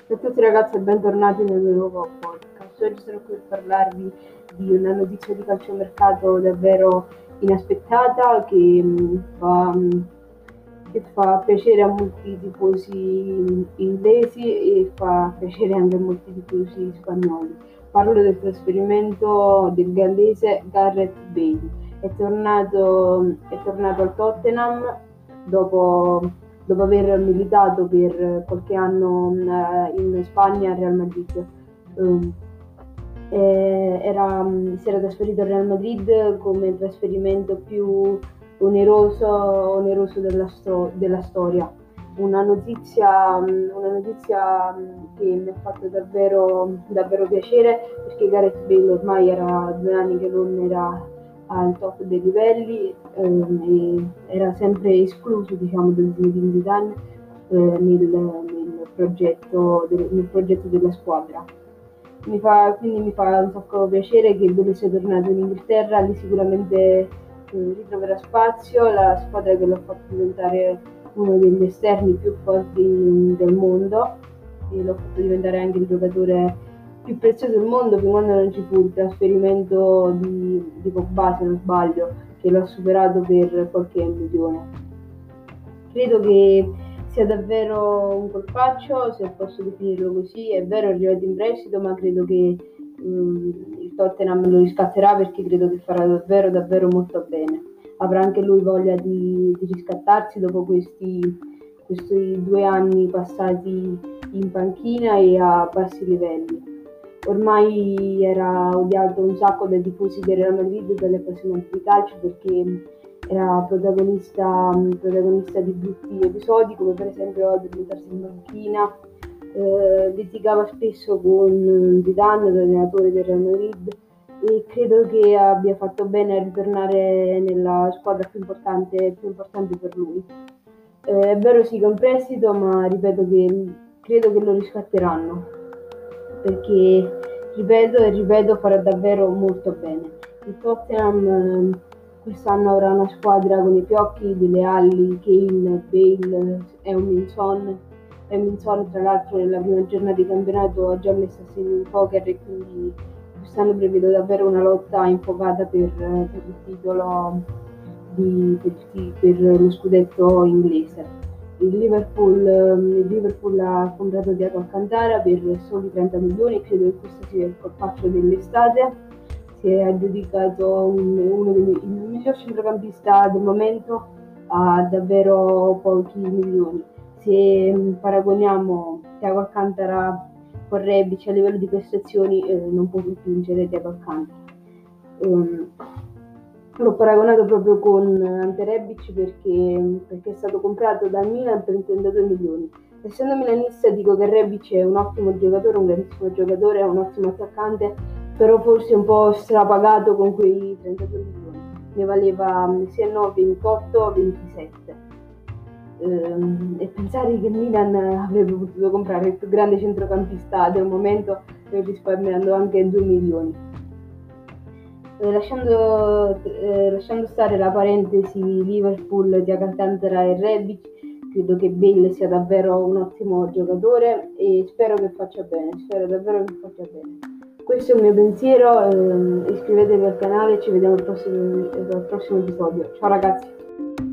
Ciao a tutti ragazzi e bentornati nel mio nuovo podcast. Oggi sono qui per parlarvi di una notizia di calciomercato davvero inaspettata che fa piacere a molti tifosi inglesi e fa piacere anche a molti tifosi spagnoli. Parlo del trasferimento del gallese Gareth Bale. È tornato al Tottenham dopo aver militato per qualche anno in Spagna al Real Madrid. Si era trasferito al Real Madrid come trasferimento più oneroso della storia. Una notizia che mi ha fatto davvero piacere, perché Gareth Bale ormai era 2 anni che non era al top dei livelli, e era sempre escluso, diciamo, dal Zinedine Zidane nel progetto della squadra. Quindi mi fa un sacco piacere che Bale sia tornato in Inghilterra. Lì sicuramente ritroverà spazio, la squadra che l'ha fatto diventare uno degli esterni più forti del mondo, e l'ha fatto diventare anche il giocatore più prezioso del mondo, fin quando non ci fu il trasferimento di Pogba, se non sbaglio, che l'ha superato per qualche milione. Credo che sia davvero un colpaccio, se posso definirlo così. È vero, è arrivato in prestito, ma credo che il Tottenham lo riscatterà, perché credo che farà davvero molto bene. Avrà anche lui voglia di riscattarsi dopo questi 2 anni passati in panchina e a bassi livelli. Ormai era odiato un sacco dai tifosi del Real Madrid e dalle appassionati di calcio, perché era protagonista di brutti episodi, come per esempio addormentarsi in banchina. Litigava spesso con Zidane, l'allenatore del Real Madrid, e credo che abbia fatto bene a ritornare nella squadra più importante per lui. È vero, sì, che è un prestito, ma credo che lo riscatteranno, perché ripeto, farà davvero molto bene. Il Tottenham quest'anno avrà una squadra con i fiocchi delle Alli, Kane, Bale, Heung-min Son tra l'altro nella prima giornata di campionato ha già messo a segno in poker, e quindi quest'anno prevedo davvero una lotta infuocata per il titolo per lo scudetto inglese. Il Liverpool ha comprato Thiago Alcantara per soli 30 milioni, e credo che questo sia il colpaccio dell'estate. Si è aggiudicato il miglior centrocampista del momento a davvero pochi milioni. Se paragoniamo Thiago Alcantara con Rebic a livello di prestazioni, non può più vincere Thiago Alcantara. L'ho paragonato proprio con Ante Rebic perché è stato comprato dal Milan per 32 milioni. Essendo milanista dico che Rebic è un ottimo giocatore, un grandissimo giocatore, un ottimo attaccante, però forse un po' strapagato con quei 32 milioni. Ne valeva se no 28-27. E pensare che il Milan avrebbe potuto comprare il più grande centrocampista del momento risparmiando anche 2 milioni. Lasciando stare la parentesi Liverpool di Alcantara e Rebic, credo che Bale sia davvero un ottimo giocatore e spero davvero che faccia bene. Questo è il mio pensiero, iscrivetevi al canale e ci vediamo al prossimo episodio. Ciao ragazzi!